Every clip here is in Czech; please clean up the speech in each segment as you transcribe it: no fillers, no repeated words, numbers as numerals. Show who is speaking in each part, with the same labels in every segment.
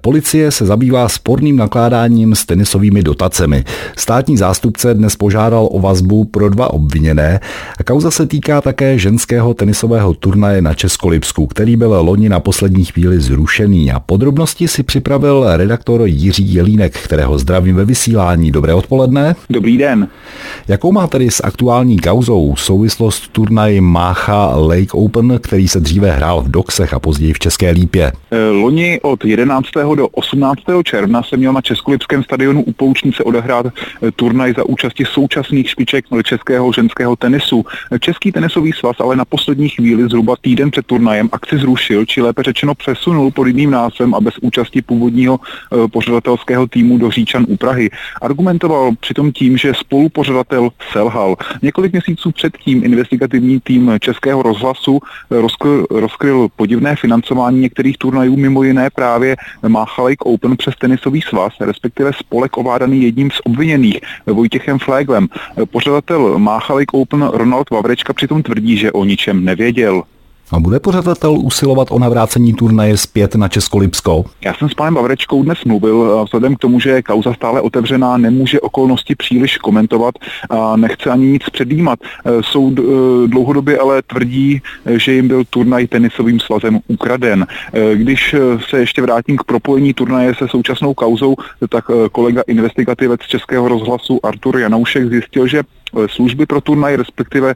Speaker 1: Policie se zabývá sporným nakládáním s tenisovými dotacemi. Státní zástupce dnes požádal o vazbu pro 2 obviněné a kauza se týká také ženského tenisového turnaje na Českolipsku, který byl loni na poslední chvíli zrušený. A podrobnosti si připravil redaktor Jiří Jelínek, kterého zdravím ve vysílání. Dobré odpoledne.
Speaker 2: Dobrý den.
Speaker 1: Jakou má tedy s aktuální kauzou souvislost turnaj Mácha Lake Open, který se dříve hrál v Doksech a později v České Lípě?
Speaker 2: Loni od 11. do 18. června se měl na Českolipském stadionu u Poučnice odehrát turnaj za účasti současných špiček českého ženského tenisu. Český tenisový svaz ale na poslední chvíli, zhruba týden před turnajem, akci zrušil, či lépe řečeno přesunul pod jiným názvem a bez účasti původního pořadatelského týmu do Říčan u Prahy. Argumentoval přitom tím, že spolupořadatel selhal. Několik měsíců předtím investigativní tým Českého rozhlasu rozkryl podivné financování některých turnajů, mimo jiné právě Mácha Lake Open přes tenisový svaz, respektive spolek ovládaný jedním z obviněných, Vojtěchem Fléglem. Pořadatel Mácha Lake Open Ronald Vavrečka přitom tvrdí, že o ničem nevěděl.
Speaker 1: A bude pořadatel usilovat o navrácení turnaje zpět na Českolipsko?
Speaker 2: Já jsem s panem Vavrečkou dnes mluvil a vzhledem k tomu, že je kauza stále otevřená, nemůže okolnosti příliš komentovat a nechce ani nic předjímat. Soud dlouhodobě ale tvrdí, že jim byl turnaj tenisovým svazem ukraden. Když se ještě vrátím k propojení turnaje se současnou kauzou, tak kolega investigativec Českého rozhlasu Artur Janoušek zjistil, že služby pro turnaj, respektive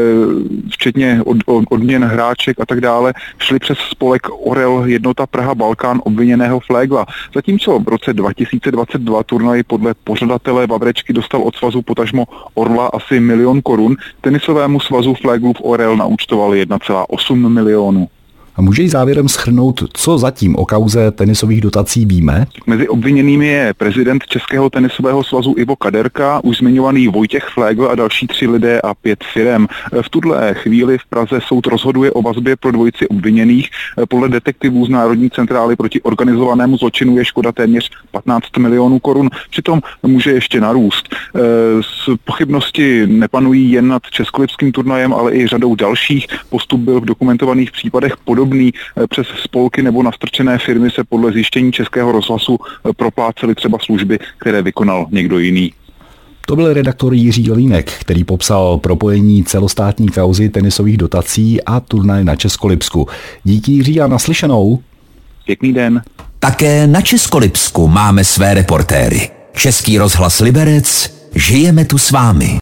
Speaker 2: včetně odměn hráček a tak dále, šly přes spolek Orel Jednota Praha Balkán obviněného Flégla. Zatímco v roce 2022 turnaj podle pořadatele Vavrečky dostal od svazu potažmo Orla asi 1 milion korun, tenisovému svazu Fléglův Orel naúčtoval 1,8 milionu.
Speaker 1: A může jí závěrem shrnout, co zatím o kauze tenisových dotací víme?
Speaker 2: Mezi obviněnými je prezident Českého tenisového svazu Ivo Kaderka, už zmiňovaný Vojtěch Flégl a další 3 lidé a 5 firem. V tuhle chvíli v Praze soud rozhoduje o vazbě pro dvojici obviněných. Podle detektivů z Národní centrály proti organizovanému zločinu je škoda téměř 15 milionů korun. Přitom může ještě narůst. Pochybnosti nepanují jen nad českolipským turnajem, ale i řadou dalších. Postup byl v dokumentovaných případech podobný. Přes spolky nebo nastrčené firmy se podle zjištění Českého rozhlasu proplácely třeba služby, které vykonal někdo jiný.
Speaker 1: To byl redaktor Jiří Jelínek, který popsal propojení celostátní kauzy tenisových dotací a turnaj na Českolipsku. Díky, Jiří, a naslyšenou.
Speaker 2: Pěkný den.
Speaker 3: Také na Českolipsku máme své reportéry. Český rozhlas Liberec, žijeme tu s vámi.